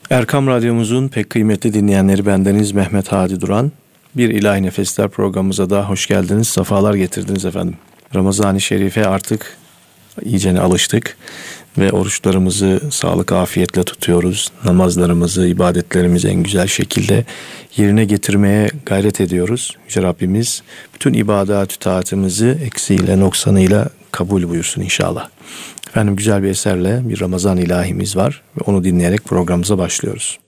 Erkam Radyomuzun pek kıymetli dinleyenleri, bendeniz Mehmet Hadi Duran. Bir İlahi Nefesler programımıza da hoş geldiniz, sefalar getirdiniz efendim. Ramazan-ı Şerif'e artık iyicene alıştık ve oruçlarımızı sağlık afiyetle tutuyoruz. Namazlarımızı, ibadetlerimizi en güzel şekilde yerine getirmeye gayret ediyoruz. Yüce Rabbimiz bütün ibadet-ü taatımızı eksiğiyle, noksanıyla kabul buyursun inşallah. Efendim, güzel bir eserle bir Ramazan ilahimiz var ve onu dinleyerek programımıza başlıyoruz.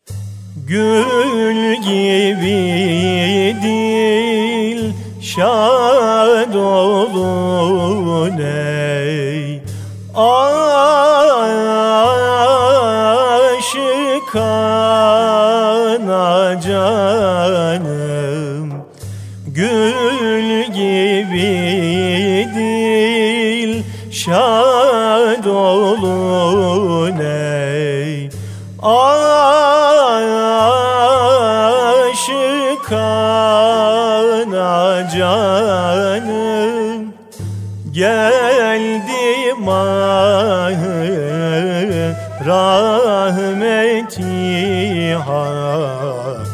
Gül gibi dil şad olun ey aşıkana canım, gül gibi dil şad olun ey aşıkana canım. Geldi mahı rahmeti hak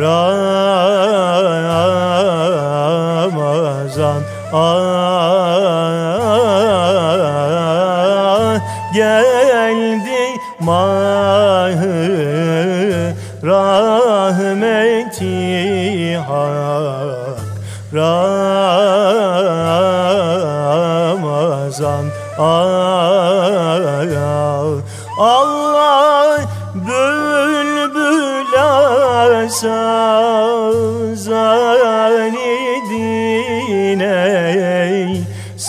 Ramazan. Geldi mahı rahmeti hak Ramazan. Allah bülbül sazan idine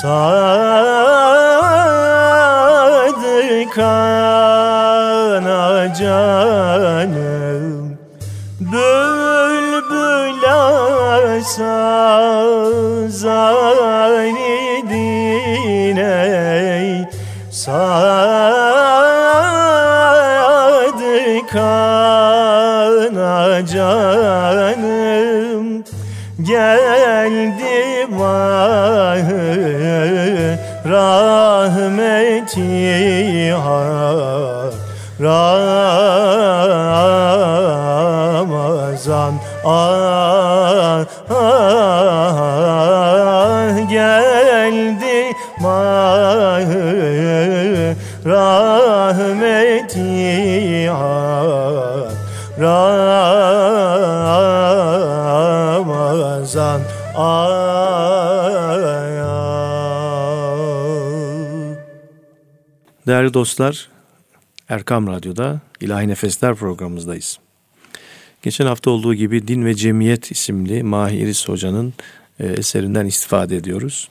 sadıkana canım, bülbül sazan idine sadıkana canım. Geldi mahı rahmeti hak Ramazan. Geldi mahı rahmeti hak Ramazan. Değerli dostlar, Erkam Radyo'da İlahi Nefesler programımızdayız. Geçen hafta olduğu gibi Din ve Cemiyet isimli Mahi İris Hoca'nın eserinden istifade ediyoruz.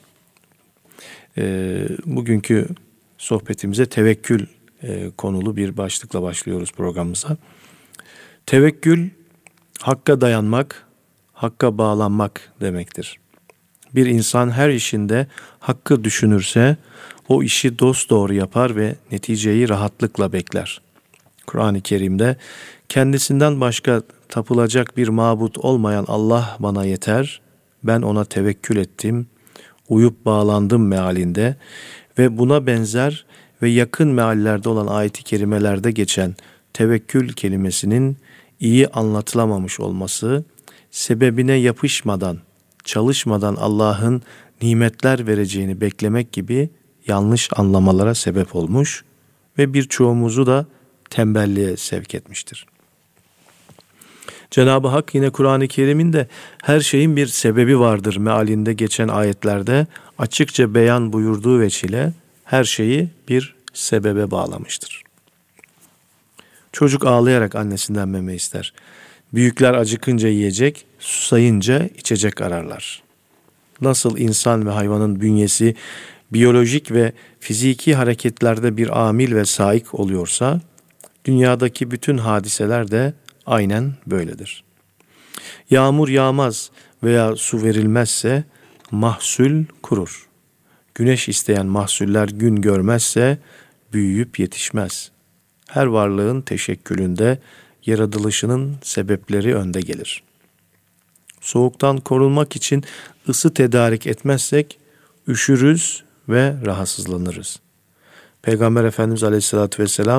Bugünkü sohbetimize tevekkül konulu bir başlıkla başlıyoruz programımıza. Tevekkül, hakka dayanmak, hakka bağlanmak demektir. Bir insan her işinde hakkı düşünürse o işi dosdoğru yapar ve neticeyi rahatlıkla bekler. Kur'an-ı Kerim'de kendisinden başka tapılacak bir mabut olmayan Allah bana yeter, ben ona tevekkül ettim, uyup bağlandım mealinde ve buna benzer ve yakın meallerde olan ayet-i kerimelerde geçen tevekkül kelimesinin iyi anlatılamamış olması, sebebine yapışmadan, çalışmadan Allah'ın nimetler vereceğini beklemek gibi yanlış anlamalara sebep olmuş ve birçoğumuzu da tembelliğe sevk etmiştir. Cenab-ı Hak yine Kur'an-ı Kerim'in de her şeyin bir sebebi vardır mealinde geçen ayetlerde açıkça beyan buyurduğu veçile her şeyi bir sebebe bağlamıştır. Çocuk ağlayarak annesinden meme ister. Büyükler acıkınca yiyecek, susayınca içecek ararlar. Nasıl insan ve hayvanın bünyesi biyolojik ve fiziki hareketlerde bir amil ve saik oluyorsa, dünyadaki bütün hadiseler de aynen böyledir. Yağmur yağmaz veya su verilmezse mahsul kurur. Güneş isteyen mahsuller gün görmezse büyüyüp yetişmez. Her varlığın teşekkülünde yaratılışının sebepleri önde gelir. Soğuktan korunmak için ısı tedarik etmezsek üşürüz ve rahatsızlanırız. Peygamber Efendimiz Aleyhisselatü Vesselam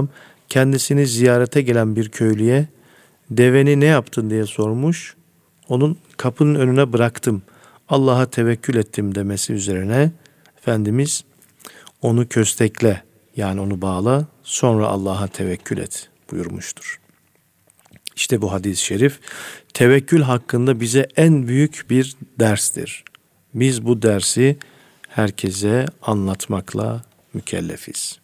kendisini ziyarete gelen bir köylüye deveni ne yaptın diye sormuş. Onun kapının önüne bıraktım, Allah'a tevekkül ettim demesi üzerine Efendimiz onu köstekle, yani onu bağla, sonra Allah'a tevekkül et buyurmuştur. İşte bu hadis-i şerif tevekkül hakkında bize en büyük bir derstir. Biz bu dersi herkese anlatmakla mükellefiz.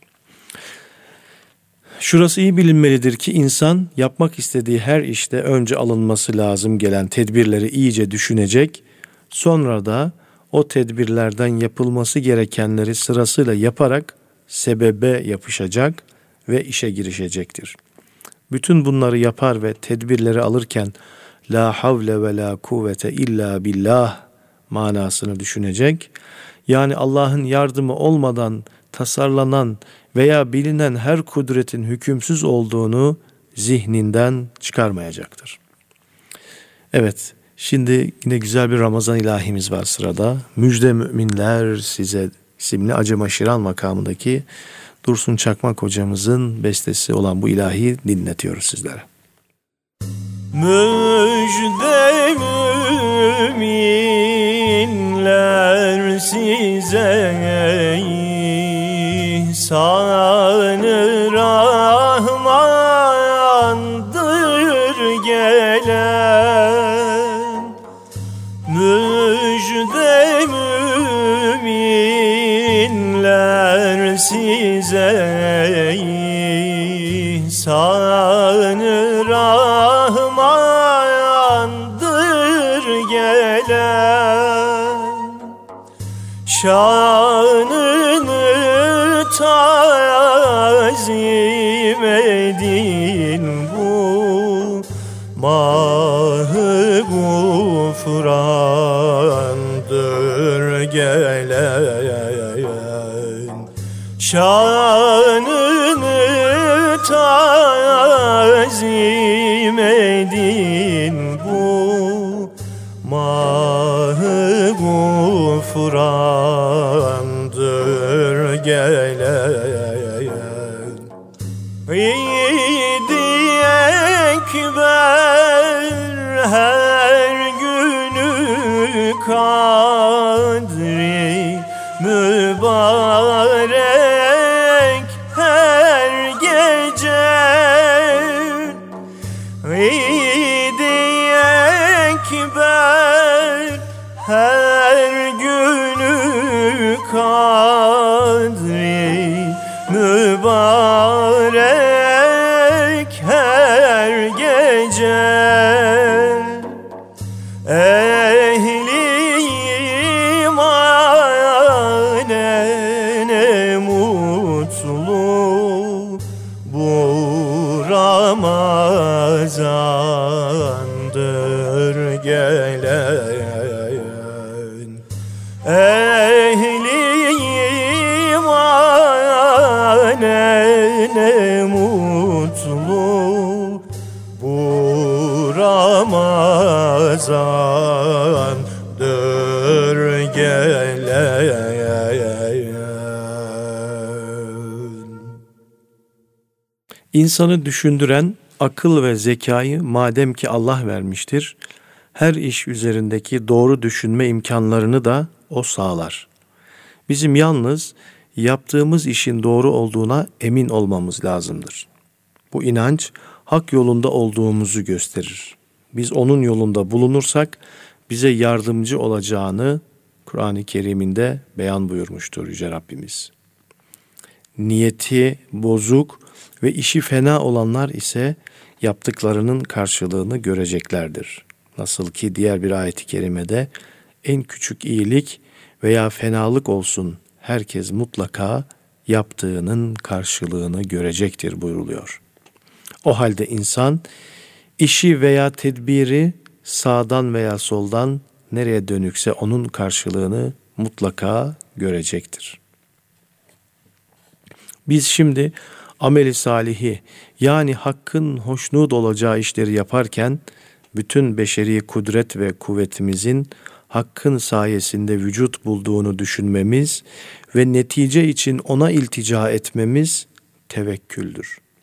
Şurası iyi bilinmelidir ki insan yapmak istediği her işte önce alınması lazım gelen tedbirleri iyice düşünecek, sonra da o tedbirlerden yapılması gerekenleri sırasıyla yaparak sebebe yapışacak ve işe girişecektir. Bütün bunları yapar ve tedbirleri alırken la havle ve la kuvvete illa billah manasını düşünecek. Yani Allah'ın yardımı olmadan tasarlanan veya bilinen her kudretin hükümsüz olduğunu zihninden çıkarmayacaktır. Evet, şimdi yine güzel bir Ramazan ilahimiz var sırada. Müjde müminler size isimli Acem Aşiran makamındaki Dursun Çakmak hocamızın bestesi olan bu ilahiyi dinletiyoruz sizlere. Müjde müminler size ihsan-ı Rahman'dır gelen. Müjde müminler size ihsan-ı Rahman'dır gelen. Şanını tazim edin bu mah-ı gufrandır gelen. Şanını tazim edin bu mah-ı gufrandır gelen. İdi ekber her günü kadri mübarek her gece. İdi ekber her günü kadri mübarek her gece. Ehli imane ne mutlu bu Ramazan'dır gelen. Ehli imane ne mutlu bu Ramazan'dır gelen. İnsanı düşündüren akıl ve zekayı madem ki Allah vermiştir, her iş üzerindeki doğru düşünme imkanlarını da O sağlar. Bizim yalnız yaptığımız işin doğru olduğuna emin olmamız lazımdır. Bu inanç hak yolunda olduğumuzu gösterir. Biz onun yolunda bulunursak bize yardımcı olacağını Kur'an-ı Kerim'inde beyan buyurmuştur Yüce Rabbimiz. Niyeti bozuk ve işi fena olanlar ise yaptıklarının karşılığını göreceklerdir. Nasıl ki diğer bir ayet-i kerimede en küçük iyilik veya fenalık olsun herkes mutlaka yaptığının karşılığını görecektir buyruluyor. O halde insan işi veya tedbiri sağdan veya soldan nereye dönükse onun karşılığını mutlaka görecektir. Biz şimdi ameli salihi, yani hakkın hoşnut olacağı işleri yaparken bütün beşeri kudret ve kuvvetimizin hakkın sayesinde vücut bulduğunu düşünmemiz ve netice için ona iltica etmemiz tevekküldür.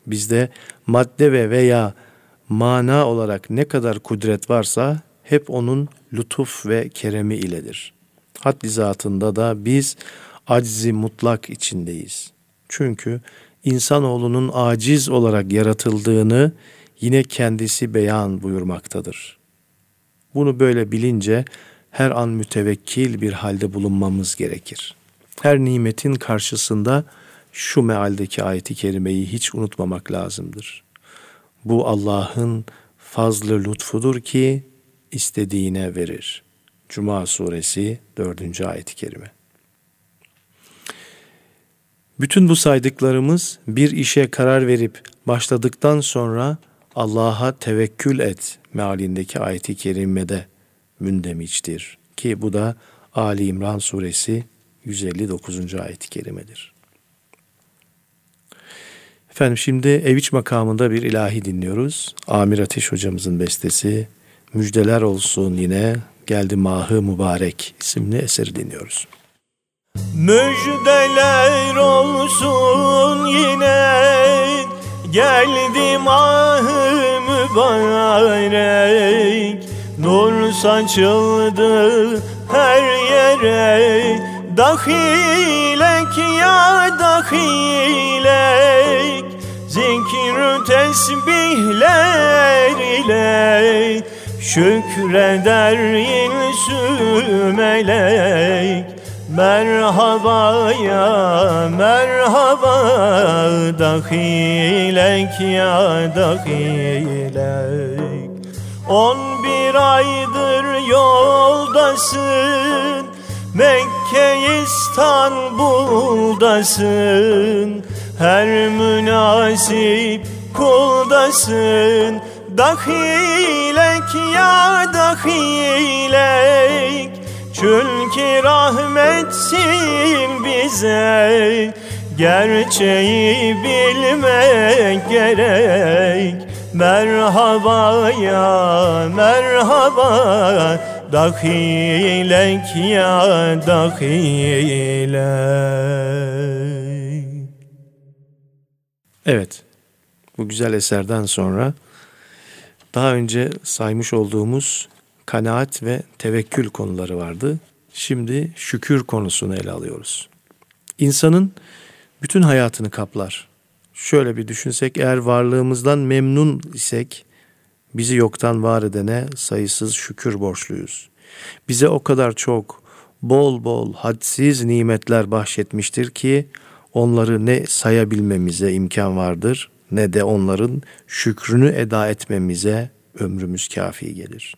Bizde madde ve veya mana olarak ne kadar kudret varsa hep onun lütuf ve keremi iledir. Haddi zatında da biz aczi mutlak içindeyiz. Çünkü insanoğlunun aciz olarak yaratıldığını yine kendisi beyan buyurmaktadır. Bunu böyle bilince her an mütevekkil bir halde bulunmamız gerekir. Her nimetin karşısında şu mealdeki ayeti kerimeyi hiç unutmamak lazımdır. Bu Allah'ın fazlı lütfudur ki istediğine verir. Cuma suresi 4. ayet-i kerime. Bütün bu saydıklarımız bir işe karar verip başladıktan sonra Allah'a tevekkül et mealindeki ayet-i kerimede mündemiştir. Ki bu da Ali İmran suresi 159. ayet-i kerimedir. Efendim şimdi Eviç makamında bir ilahi dinliyoruz. Amir Ateş hocamızın bestesi Müjdeler Olsun Yine Geldi Mahı Mübarek isimli eseri dinliyoruz. Müjdeler olsun yine geldi mahı mübarek, nur saçıldı her yere, dahilek ya dahilek, zikr tesbihler ile şükreder insü melek. Merhaba ya merhaba, dahilek ya dahilek. 11 aydır yoldasın, Mekke İstanbul'dasın, her münasip kuldasın. Dahilek ya dahilek, çünkü rahmetsin bize, gerçeği bilmek gerek. Merhaba ya merhaba, dahilek ya dahilek. Evet, bu güzel eserden sonra daha önce saymış olduğumuz kanaat ve tevekkül konuları vardı. Şimdi şükür konusunu ele alıyoruz. İnsanın bütün hayatını kaplar. Şöyle bir düşünsek, eğer varlığımızdan memnun isek, bizi yoktan var edene sayısız şükür borçluyuz. Bize o kadar çok, bol bol, hadsiz nimetler bahşetmiştir ki, onları ne sayabilmemize imkan vardır, ne de onların şükrünü eda etmemize ömrümüz kafi gelir.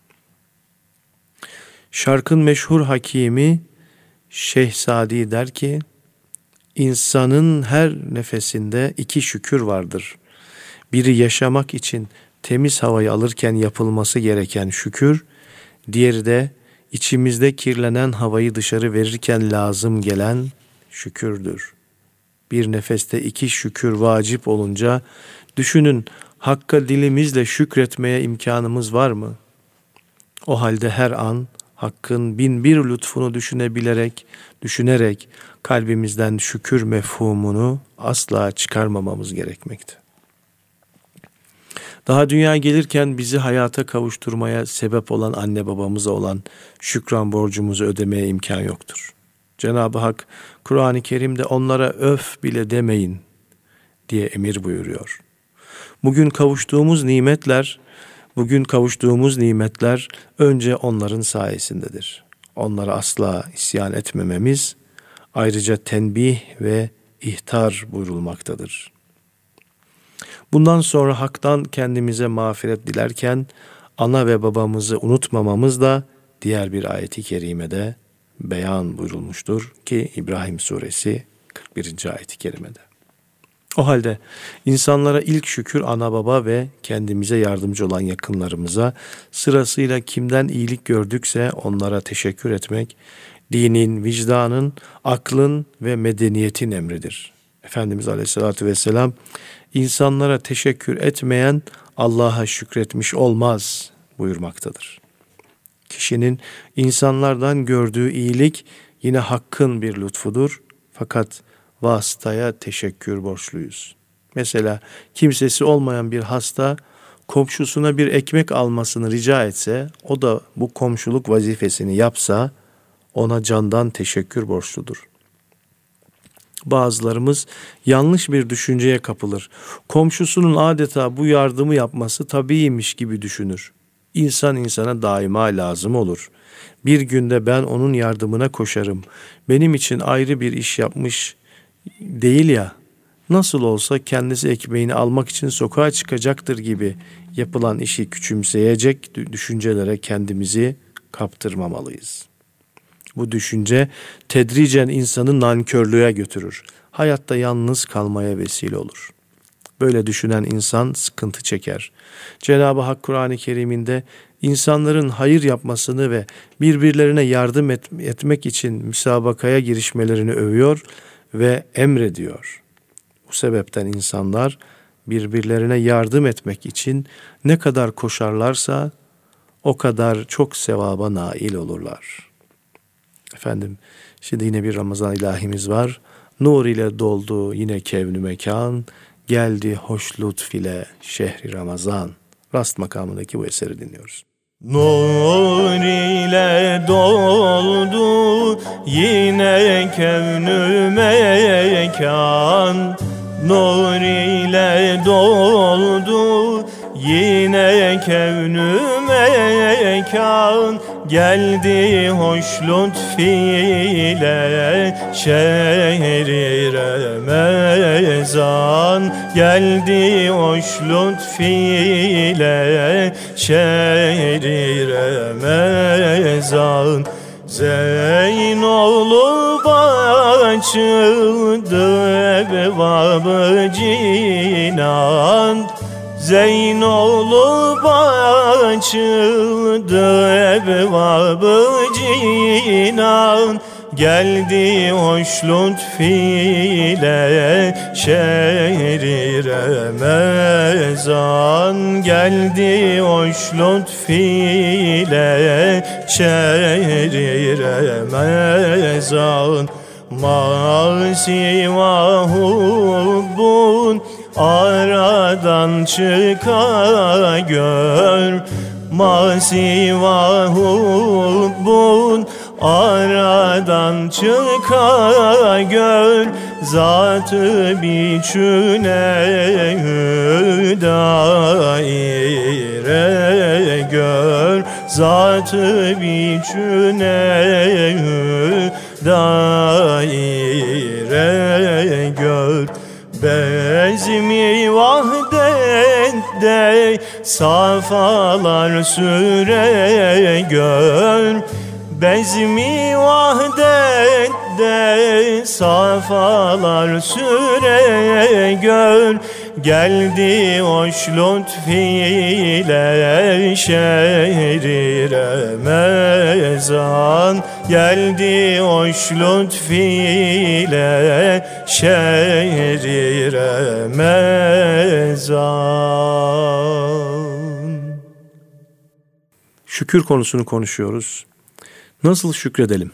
Şarkın meşhur hakimi Şeyh Sadi der ki, insanın her nefesinde 2 şükür vardır. Biri yaşamak için temiz havayı alırken yapılması gereken şükür, diğeri de içimizde kirlenen havayı dışarı verirken lazım gelen şükürdür. Bir nefeste 2 şükür vacip olunca, düşünün Hakk'a dilimizle şükretmeye imkanımız var mı? O halde her an Hakk'ın 1001 lütfunu düşünerek kalbimizden şükür mefhumunu asla çıkarmamamız gerekmekte. Daha dünyaya gelirken bizi hayata kavuşturmaya sebep olan anne babamıza olan şükran borcumuzu ödemeye imkan yoktur. Cenab-ı Hak Kur'an-ı Kerim'de onlara öf bile demeyin diye emir buyuruyor. Bugün kavuştuğumuz nimetler önce onların sayesindedir. Onlara asla isyan etmememiz, ayrıca tenbih ve ihtar buyurulmaktadır. Bundan sonra Hak'tan kendimize mağfiret dilerken ana ve babamızı unutmamamız da diğer bir ayeti kerimede beyan buyurulmuştur ki İbrahim suresi 41. ayeti kerimede. O halde insanlara ilk şükür ana baba ve kendimize yardımcı olan yakınlarımıza, sırasıyla kimden iyilik gördükse onlara teşekkür etmek, dinin, vicdanın, aklın ve medeniyetin emridir. Efendimiz Aleyhisselatü Vesselam, insanlara teşekkür etmeyen Allah'a şükretmiş olmaz buyurmaktadır. Kişinin insanlardan gördüğü iyilik yine Hakk'ın bir lütfudur, fakat vasıtaya teşekkür borçluyuz. Mesela kimsesi olmayan bir hasta komşusuna bir ekmek almasını rica etse, o da bu komşuluk vazifesini yapsa ona candan teşekkür borçludur. Bazılarımız yanlış bir düşünceye kapılır. Komşusunun adeta bu yardımı yapması tabiiymiş gibi düşünür. İnsan insana daima lazım olur. Bir günde ben onun yardımına koşarım. Benim için ayrı bir iş yapmış değil ya, nasıl olsa kendisi ekmeğini almak için sokağa çıkacaktır gibi yapılan işi küçümseyecek düşüncelere kendimizi kaptırmamalıyız. Bu düşünce tedricen insanı nankörlüğe götürür. Hayatta yalnız kalmaya vesile olur. Böyle düşünen insan sıkıntı çeker. Cenab-ı Hak Kur'an-ı Kerim'inde insanların hayır yapmasını ve birbirlerine yardım etmek için müsabakaya girişmelerini övüyor ve emrediyor. Bu sebepten insanlar birbirlerine yardım etmek için ne kadar koşarlarsa o kadar çok sevaba nail olurlar. Efendim, şimdi yine bir Ramazan ilahimiz var. Nur ile doldu yine kevn-ü mekan, geldi hoş lütf ile şehri Ramazan. Rast makamındaki bu eseri dinliyoruz. Nur ile doldu yine kevn-ü mekan, nur ile doldu yine kevn-ü mekan, geldi hoş lütfiyle şehri Ramazan, geldi hoş lütfiyle şehri Ramazan. Zeyn olup açıldı ebvab-ı cinan, zeyn olup açıldı ebvab-ı cinan, geldi hoş lütfiyle şehri Ramazan, geldi hoş lütfiyle şehri Ramazan. Ma siva hubbun aradan çıka gör, ma siva hubbun aradan çıka gör, zat-ı biçüne daire gör, zat-ı biçüne daire gör. Bezmi vahdette safalar süre gör, bezmi vahdette safalar süre gör, geldi hoş lütfiyle şehri Ramazan, geldi hoş lütfiyle şehri Ramazan. Şükür konusunu konuşuyoruz. Nasıl şükredelim?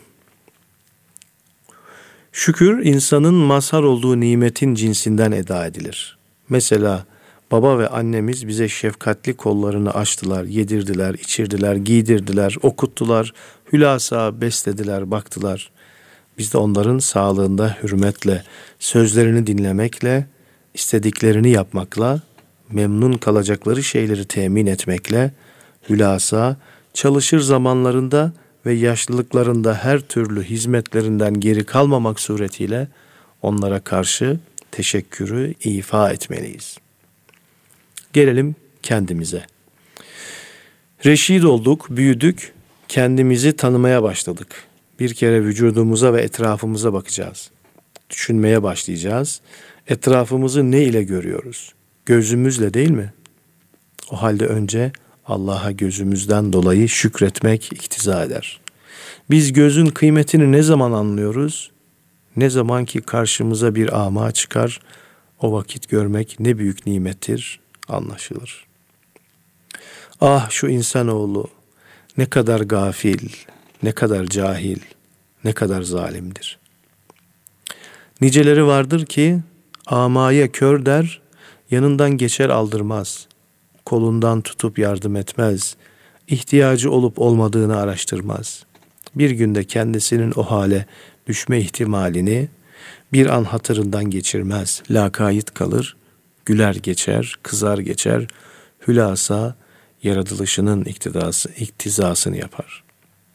Şükür, insanın mazhar olduğu nimetin cinsinden eda edilir. Mesela baba ve annemiz bize şefkatli kollarını açtılar, yedirdiler, içirdiler, giydirdiler, okuttular, hülasa beslediler, baktılar. Biz de onların sağlığında hürmetle, sözlerini dinlemekle, istediklerini yapmakla, memnun kalacakları şeyleri temin etmekle, hülasa çalışır zamanlarında ve yaşlılıklarında her türlü hizmetlerinden geri kalmamak suretiyle onlara karşı teşekkürü ifa etmeliyiz. Gelelim kendimize. Reşid olduk, büyüdük, kendimizi tanımaya başladık. Bir kere vücudumuza ve etrafımıza bakacağız. Düşünmeye başlayacağız. Etrafımızı ne ile görüyoruz? Gözümüzle değil mi? O halde önce Allah'a gözümüzden dolayı şükretmek iktiza eder. Biz gözün kıymetini ne zaman anlıyoruz? Ne zaman ki karşımıza bir ama çıkar, o vakit görmek ne büyük nimettir, anlaşılır. Ah şu insanoğlu ne kadar gafil, ne kadar cahil, ne kadar zalimdir. Niceleri vardır ki amaya kör der, yanından geçer aldırmaz, kolundan tutup yardım etmez, ihtiyacı olup olmadığını araştırmaz. Bir günde kendisinin o hale düşme ihtimalini bir an hatırından geçirmez. Lakayt kalır, güler geçer, kızar geçer, hülasa yaratılışının iktizasını yapar.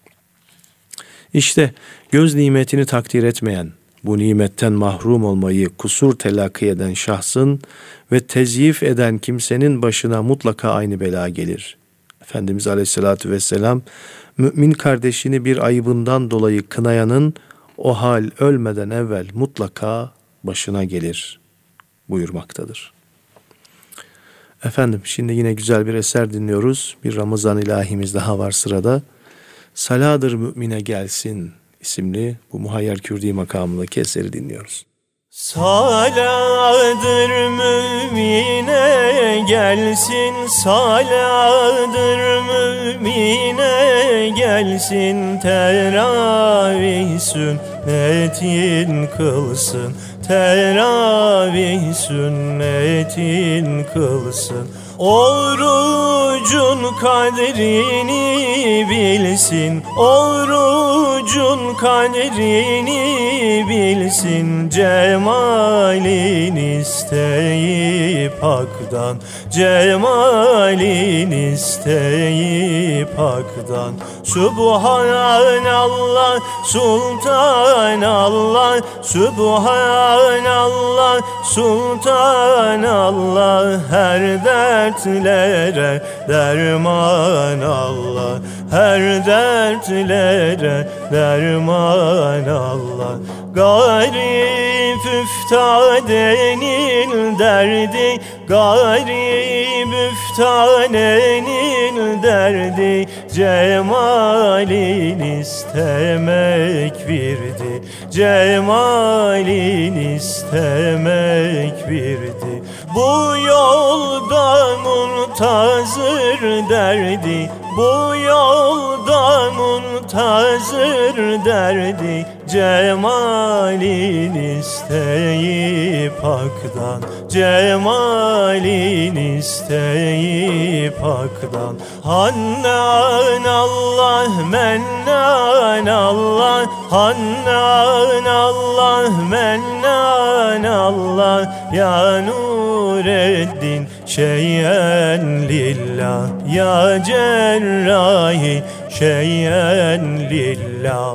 İşte göz nimetini takdir etmeyen, bu nimetten mahrum olmayı kusur telakki eden şahsın ve tezyif eden kimsenin başına mutlaka aynı bela gelir. Efendimiz Aleyhisselatü Vesselam, mümin kardeşini bir ayıbından dolayı kınayanın o hal ölmeden evvel mutlaka başına gelir buyurmaktadır. Efendim şimdi yine güzel bir eser dinliyoruz. Bir Ramazan ilahimiz daha var sırada. Saladır mümine gelsin isimli bu Muhayyer Kürdi makamındaki eseri dinliyoruz. Saladır mümine gelsin, saladır mümine gelsin, teravih sünnetin kılsın, teravih sünnetin kılsın. Orucun kadrini bilsin, orucun kadrini bilsin, cemalin isteyip haktan, cemalin isteyip haktan. Subhanallah, Sultanallah, Subhanallah, Sultanallah, her dertlere derman Allah, her dertlere derman Allah. Garip üftadenin derdi, garip üftadenin derdi, cemalin istemek virdi, cemalin istemek virdi. Bu yolda muntazır derdi, bu yolda muntazır derdi, cemalin isteyip haktan, cemalin isteyip haktan. Hannan Allah, mennan Allah, Hannan Allah, mennan Allah, ya Nureddin şeyen lillah, ya cerrahi şeyen lillah.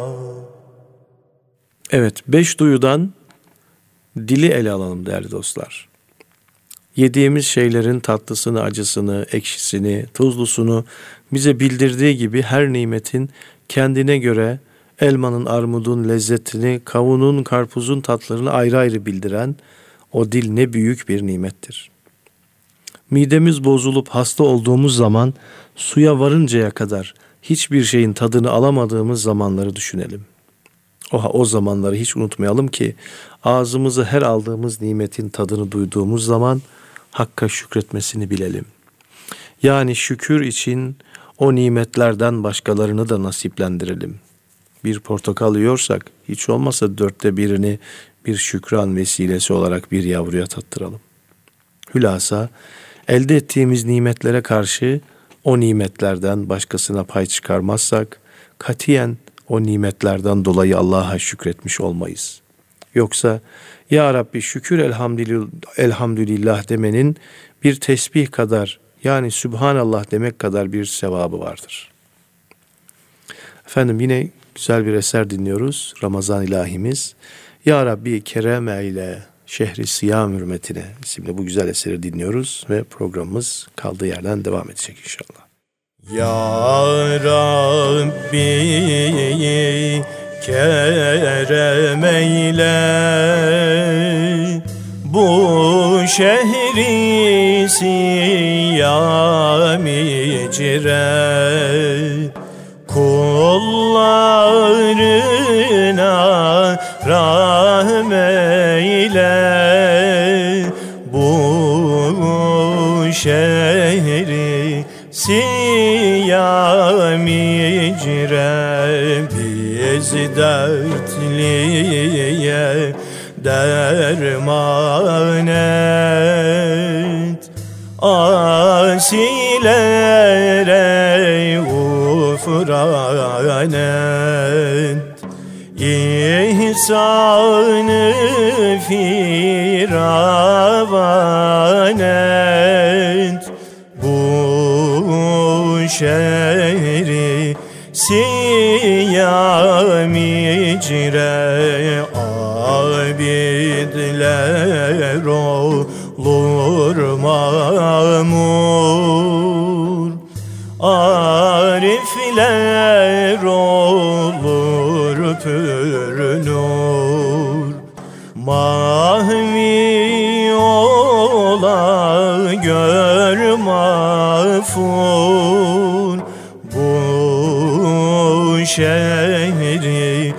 Evet, 5 duyudan dili ele alalım değerli dostlar. Yediğimiz şeylerin tatlısını, acısını, ekşisini, tuzlusunu bize bildirdiği gibi her nimetin kendine göre elmanın, armudun lezzetini, kavunun, karpuzun tatlarını ayrı ayrı bildiren o dil ne büyük bir nimettir. Midemiz bozulup hasta olduğumuz zaman suya varıncaya kadar hiçbir şeyin tadını alamadığımız zamanları düşünelim. O zamanları hiç unutmayalım ki ağzımıza her aldığımız nimetin tadını duyduğumuz zaman Hakk'a şükretmesini bilelim. Yani şükür için o nimetlerden başkalarını da nasiplendirelim. Bir portakal yiyorsak hiç olmazsa 1/4 bir şükran vesilesi olarak bir yavruya tattıralım. Hülasa elde ettiğimiz nimetlere karşı o nimetlerden başkasına pay çıkarmazsak katiyen o nimetlerden dolayı Allah'a şükretmiş olmayız. Yoksa ya Rabbi şükür elhamdülillah demenin bir tesbih kadar yani Sübhanallah demek kadar bir sevabı vardır. Efendim yine güzel bir eser dinliyoruz. Ramazan ilahimiz. Ya Rabbi kerem eyle şehri siyam hürmetine isimli bu güzel eseri dinliyoruz ve programımız kaldığı yerden devam edecek inşallah. Ya Rabbi kerem eyle bu şehri siyam icre, kullarına rahmeyle bu şehri siyam icre. Biz dertliye dermane asilere gufran et. İhsanı firavan et. Bu şehri siyam icre abidler olur mamur. Arifler olur pürnur. Mahvi ola gör mağfur. Bu şehri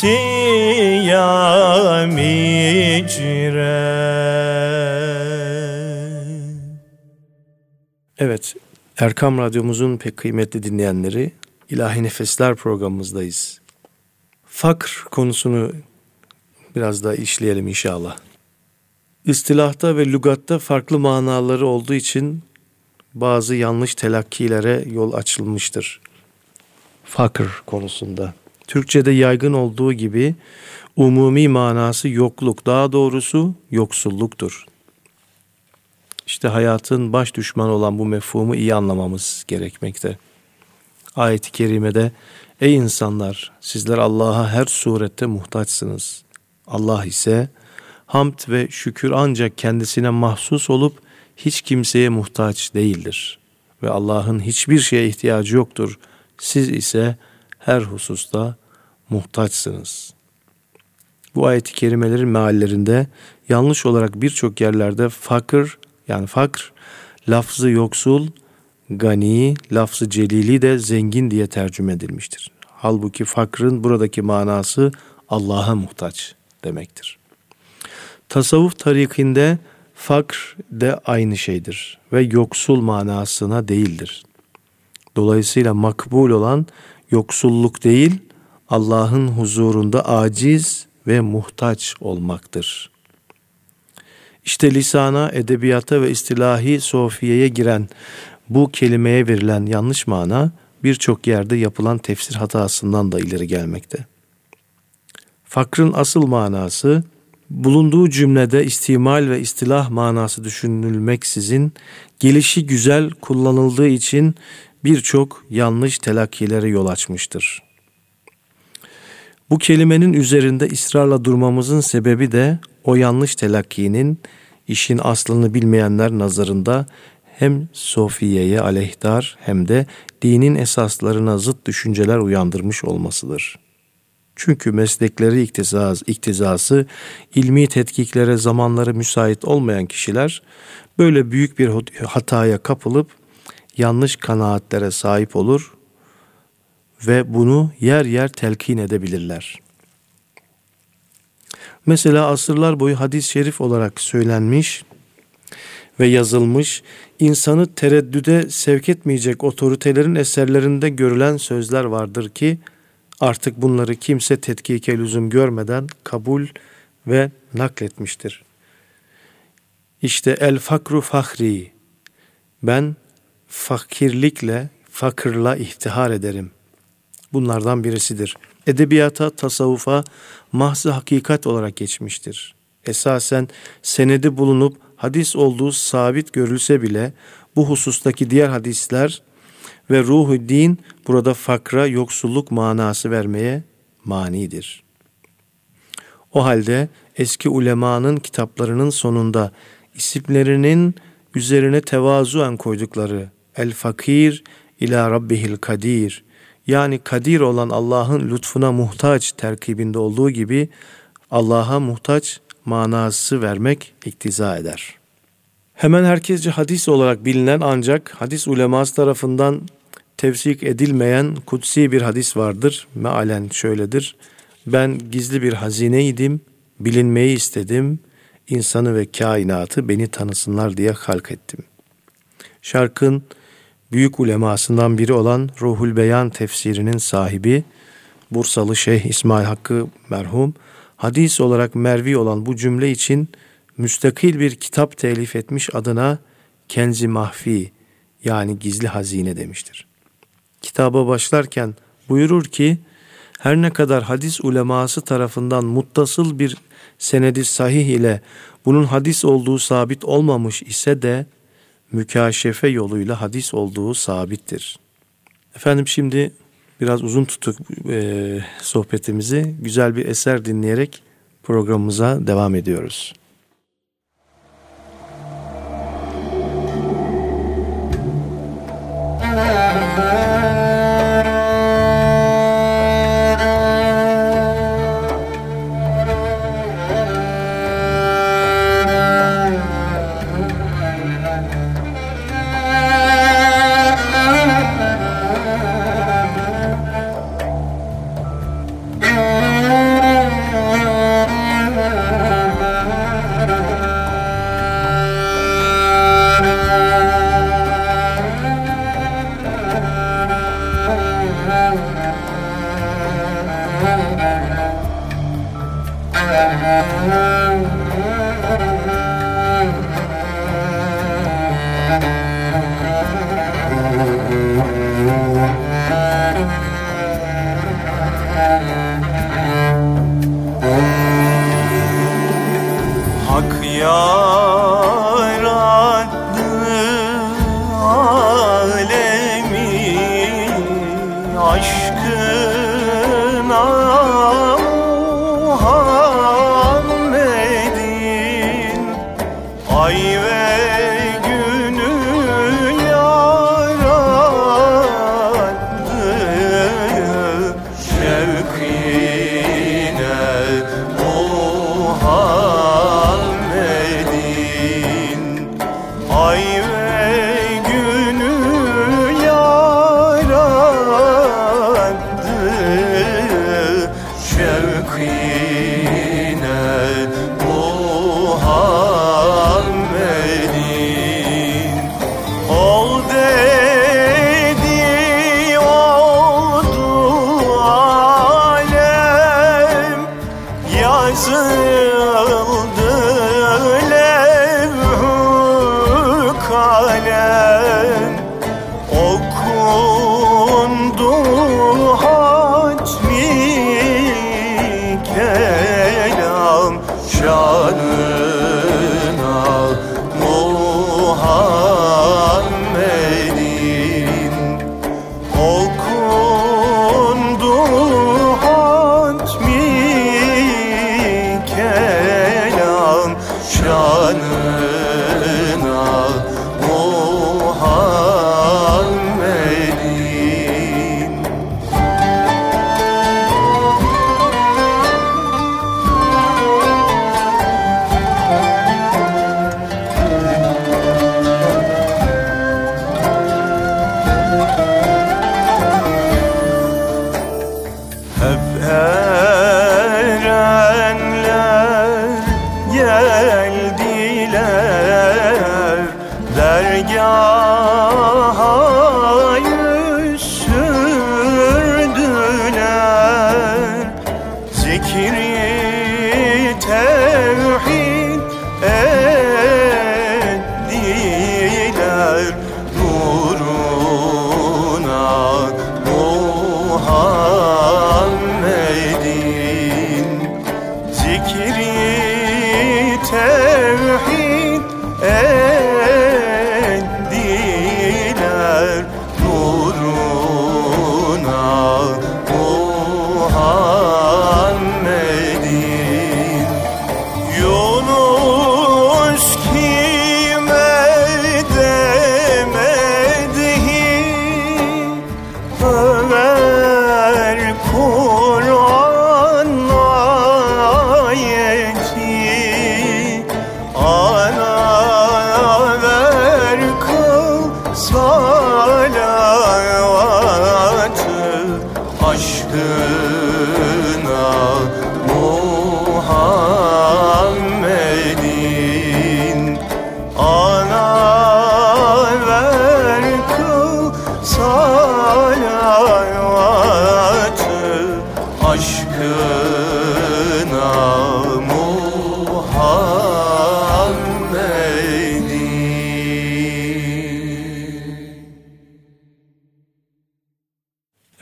siyam icre. Evet, Erkam Radyomuzun pek kıymetli dinleyenleri, İlahi Nefesler programımızdayız. Fakr konusunu biraz daha işleyelim inşallah. İstilahta ve lügatta farklı manaları olduğu için bazı yanlış telakkilere yol açılmıştır. Fakr konusunda. Türkçe'de yaygın olduğu gibi umumi manası yokluk, daha doğrusu yoksulluktur. İşte hayatın baş düşmanı olan bu mefhumu iyi anlamamız gerekmekte. Ayet-i kerimede ey insanlar sizler Allah'a her surette muhtaçsınız. Allah ise hamd ve şükür ancak kendisine mahsus olup hiç kimseye muhtaç değildir. Ve Allah'ın hiçbir şeye ihtiyacı yoktur. Siz ise her hususta muhtaçsınız. Bu ayet-i kerimelerin meallerinde yanlış olarak birçok yerlerde fakr, yani fakr, lafzı yoksul, gani, lafzı celili de zengin diye tercüme edilmiştir. Halbuki fakrın buradaki manası Allah'a muhtaç demektir. Tasavvuf tarikinde fakr de aynı şeydir ve yoksul manasına değildir. Dolayısıyla makbul olan yoksulluk değil, Allah'ın huzurunda aciz ve muhtaç olmaktır. İşte lisana, edebiyata ve istilahi sofiyeye giren bu kelimeye verilen yanlış mana birçok yerde yapılan tefsir hatasından da ileri gelmekte. Fakrın asıl manası bulunduğu cümlede istimal ve istilah manası düşünülmeksizin gelişi güzel kullanıldığı için birçok yanlış telakkilere yol açmıştır. Bu kelimenin üzerinde ısrarla durmamızın sebebi de o yanlış telakkinin işin aslını bilmeyenler nazarında hem sofiyeye aleyhdar hem de dinin esaslarına zıt düşünceler uyandırmış olmasıdır. Çünkü meslekleri iktizası, ilmi tetkiklere zamanları müsait olmayan kişiler böyle büyük bir hataya kapılıp yanlış kanaatlere sahip olur ve bunu yer yer telkin edebilirler. Mesela asırlar boyu hadis-i şerif olarak söylenmiş ve yazılmış, insanı tereddüde sevk etmeyecek otoritelerin eserlerinde görülen sözler vardır ki artık bunları kimse tetkike lüzum görmeden kabul ve nakletmiştir. İşte el fakru fahri, ben fakirlikle, fakırla iftihar ederim. Bunlardan birisidir. Edebiyata, tasavvufa mahz-ı hakikat olarak geçmiştir. Esasen senedi bulunup hadis olduğu sabit görülse bile bu husustaki diğer hadisler ve ruh-u din burada fakra, yoksulluk manası vermeye manidir. O halde eski ulemanın kitaplarının sonunda isimlerinin üzerine tevazuen koydukları el fakir ila rabbihil kadir, yani kadir olan Allah'ın lütfuna muhtaç terkibinde olduğu gibi Allah'a muhtaç manası vermek iktiza eder. Hemen herkesce hadis olarak bilinen ancak hadis uleması tarafından tevsik edilmeyen kutsi bir hadis vardır. Mealen şöyledir: ben gizli bir hazineydim, bilinmeyi istedim, insanı ve kainatı beni tanısınlar diye halk ettim. Şarkın büyük ulemasından biri olan Ruhul Beyan tefsirinin sahibi Bursalı Şeyh İsmail Hakkı merhum, hadis olarak mervi olan bu cümle için müstakil bir kitap telif etmiş, adına kenzi mahfi yani gizli hazine demiştir. Kitaba başlarken buyurur ki, her ne kadar hadis uleması tarafından muttasıl bir senedi sahih ile bunun hadis olduğu sabit olmamış ise de mükaşefe yoluyla hadis olduğu sabittir. Efendim şimdi biraz uzun tuttuk sohbetimizi. Güzel bir eser dinleyerek programımıza devam ediyoruz. Hak yarattı alemi aşkına Muhammed'in, ay ve günü yarattı şevkine Muhammed'in, ay ve günü yarattı şevkine Muhammed'in. Ol dedi oldu alem, yazıldı levh-ü kalem, okundu hatmi kelam şanına Muhammed'in, okundu hatmi kelam şanına Muhammed'in. Hep erenler geldiler, dergaha yüz sürdüler, zikri tevhid ettiler, nuruna Muhammed'in, zikri tevhid ettiler, nuruna Muhammed'in. Yunus kime demedhi över Kur'an ayeti, ana ver kıl salavatı aşkına Muhammed'in, ana ver kıl salavatı aşkına Muhammed'in.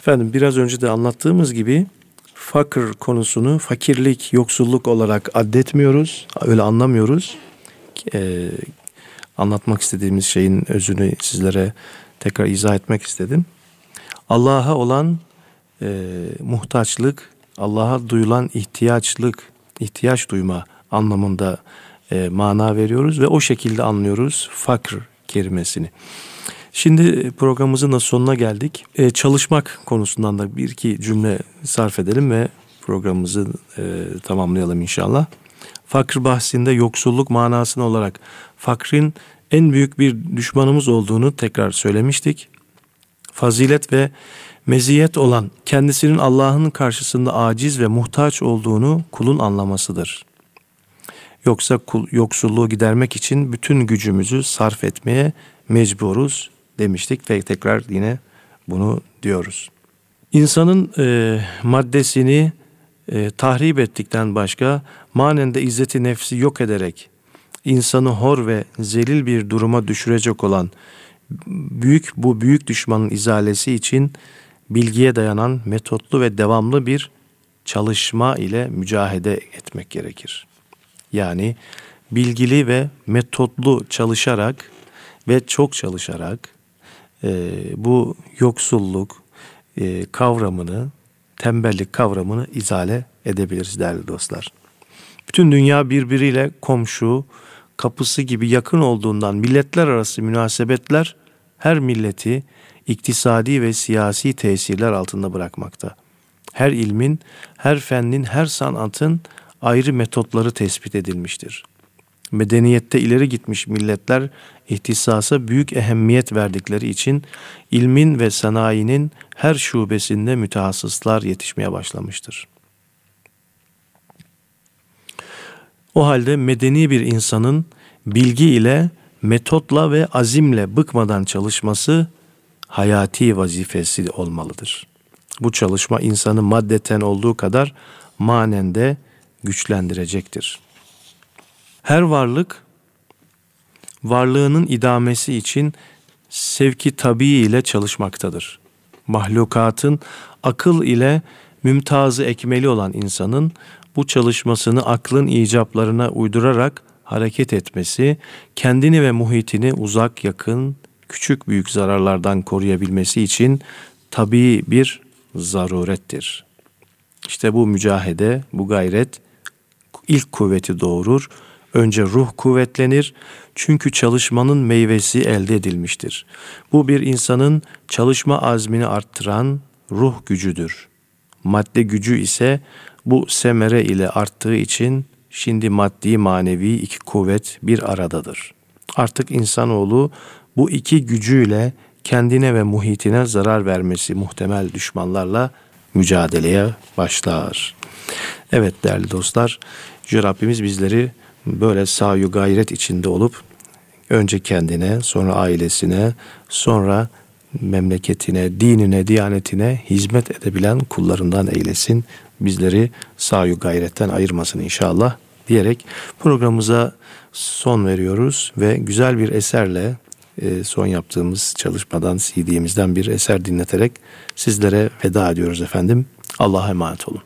Efendim biraz önce de anlattığımız gibi fakir konusunu fakirlik, yoksulluk olarak addetmiyoruz. Öyle anlamıyoruz. Anlatmak istediğimiz şeyin özünü sizlere tekrar izah etmek istedim. Allah'a olan muhtaçlık, Allah'a duyulan ihtiyaç duyma anlamında mana veriyoruz ve o şekilde anlıyoruz fakir kelimesini. Şimdi programımızın da sonuna geldik. Çalışmak konusundan da bir iki cümle sarf edelim ve programımızı tamamlayalım inşallah. Fakir bahsinde yoksulluk manasını olarak fakrin en büyük bir düşmanımız olduğunu tekrar söylemiştik. Fazilet ve meziyet olan kendisinin Allah'ın karşısında aciz ve muhtaç olduğunu kulun anlamasıdır. Yoksa yoksulluğu gidermek için bütün gücümüzü sarf etmeye mecburuz demiştik ve tekrar yine bunu diyoruz. İnsanın maddesini tahrip ettikten başka manen de izzeti nefsi yok ederek insanı hor ve zelil bir duruma düşürecek olan bu büyük düşmanın izalesi için bilgiye dayanan metotlu ve devamlı bir çalışma ile mücadele etmek gerekir. Yani bilgili ve metotlu çalışarak ve çok çalışarak bu yoksulluk kavramını, tembellik kavramını izale edebiliriz değerli dostlar. Bütün dünya birbiriyle komşu, kapısı gibi yakın olduğundan milletler arası münasebetler her milleti iktisadi ve siyasi tesirler altında bırakmakta. Her ilmin, her fennin, her sanatın ayrı metotları tespit edilmiştir. Medeniyette ileri gitmiş milletler ihtisasa büyük ehemmiyet verdikleri için ilmin ve sanayinin her şubesinde mütehassıslar yetişmeye başlamıştır. O halde medeni bir insanın bilgi ile, metotla ve azimle bıkmadan çalışması hayati vazifesi olmalıdır. Bu çalışma insanı maddeten olduğu kadar manen de güçlendirecektir. Her varlık, varlığının idamesi için sevki tabii ile çalışmaktadır. Mahlukatın akıl ile mümtazı ekmeli olan insanın bu çalışmasını aklın icaplarına uydurarak hareket etmesi, kendini ve muhitini uzak yakın, küçük büyük zararlardan koruyabilmesi için tabii bir zarurettir. İşte bu mücahede, bu gayret ilk kuvveti doğurur. Önce ruh kuvvetlenir çünkü çalışmanın meyvesi elde edilmiştir. Bu bir insanın çalışma azmini arttıran ruh gücüdür. Madde gücü ise bu semere ile arttığı için şimdi maddi manevi iki kuvvet bir aradadır. Artık insanoğlu bu iki gücüyle kendine ve muhitine zarar vermesi muhtemel düşmanlarla mücadeleye başlar. Evet değerli dostlar, Yüce Rabbimiz bizleri böyle sayu gayret içinde olup önce kendine, sonra ailesine, sonra memleketine, dinine, diyanetine hizmet edebilen kullarından eylesin. Bizleri sayu gayretten ayırmasın inşallah diyerek programımıza son veriyoruz ve güzel bir eserle son yaptığımız çalışmadan, CD'mizden bir eser dinleterek sizlere veda ediyoruz efendim. Allah'a emanet olun.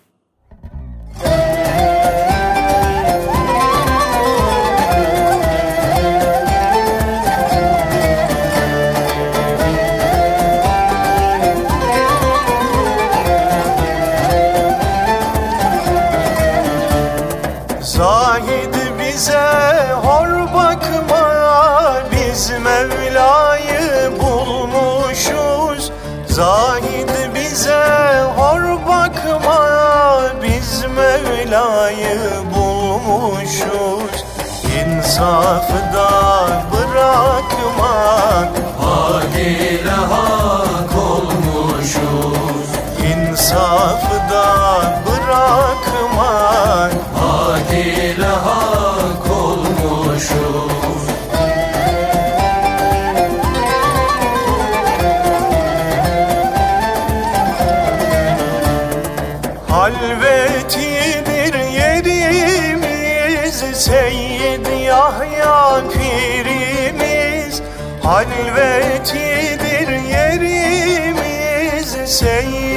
Zahid bize hor bakma, biz Mevla'yı bulmuşuz. Zahid bize hor bakma, biz Mevla'yı bulmuşuz. İnsafı da bırakma, hak ile hak olmuşuz. İnsafı da bırakma, hak ile hak olmuşuz. Halvetidir yerimiz, Seyyid Yahya pirimiz. Halvetidir yerimiz, Seyyid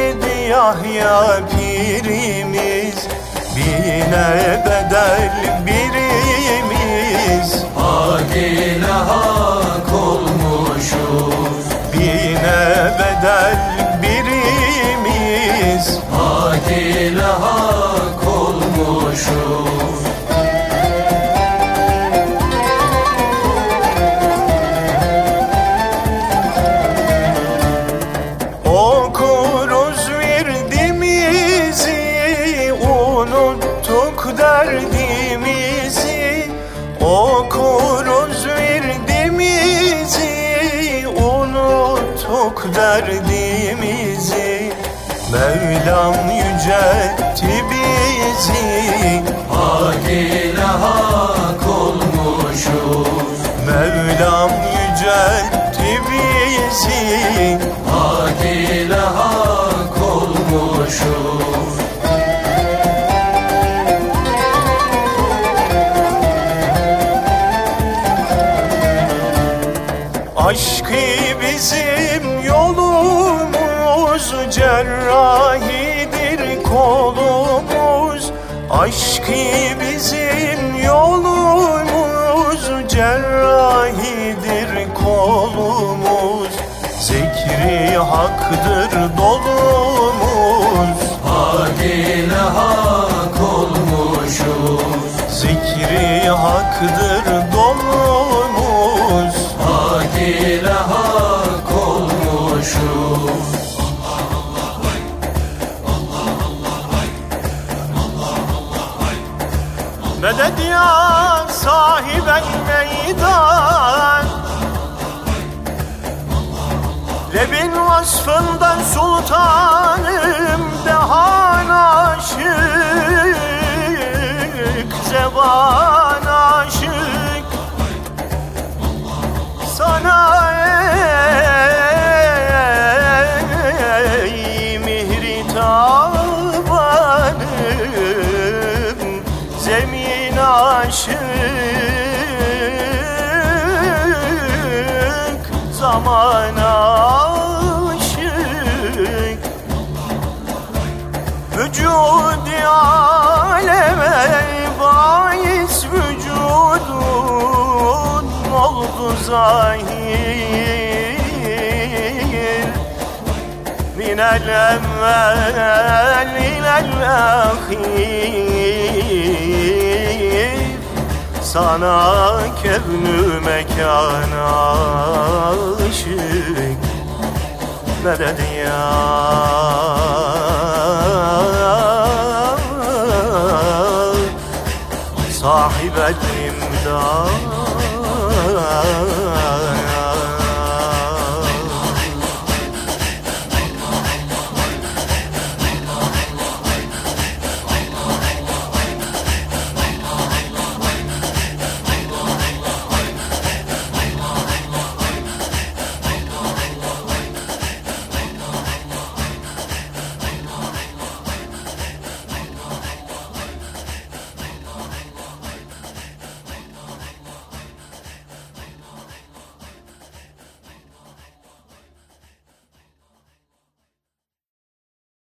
Yahya pirimiz, bine bedel birimiz. Hak ile hak olmuşuz, Bine bedel birimiz. hak ile hak olmuşuz. Okuruz virdimizi, unuttuk derdimizi. Okuruz virdimizi, unuttuk derdimizi. Mevlam yüceltti bizi, Hak ile hak olmuşuz, Mevlam yüceltti bizi. hak ile hak olmuşuz. Aşkı bizim yolumuz, cerrahidir kolumuz. Aşkı bizim yolumuz, cerrahidir kolumuz. Zikri haktır dolumuz, Hak ile hak olmuşuz, zikri haktır dolumuz. hak ile hak olmuşuz. Medet ya sahibel meydan, Lebin vasfından sultanım, dehan aşık, zeban aşık. Sana ey mihri tabanım, zemin aşık, zaman aşık. Vücud-i aleme bahis vücudun oldu zahir. Minel evvel ilel ahir, sana kevnü mekan aşık. Medet ya sahibel imdad.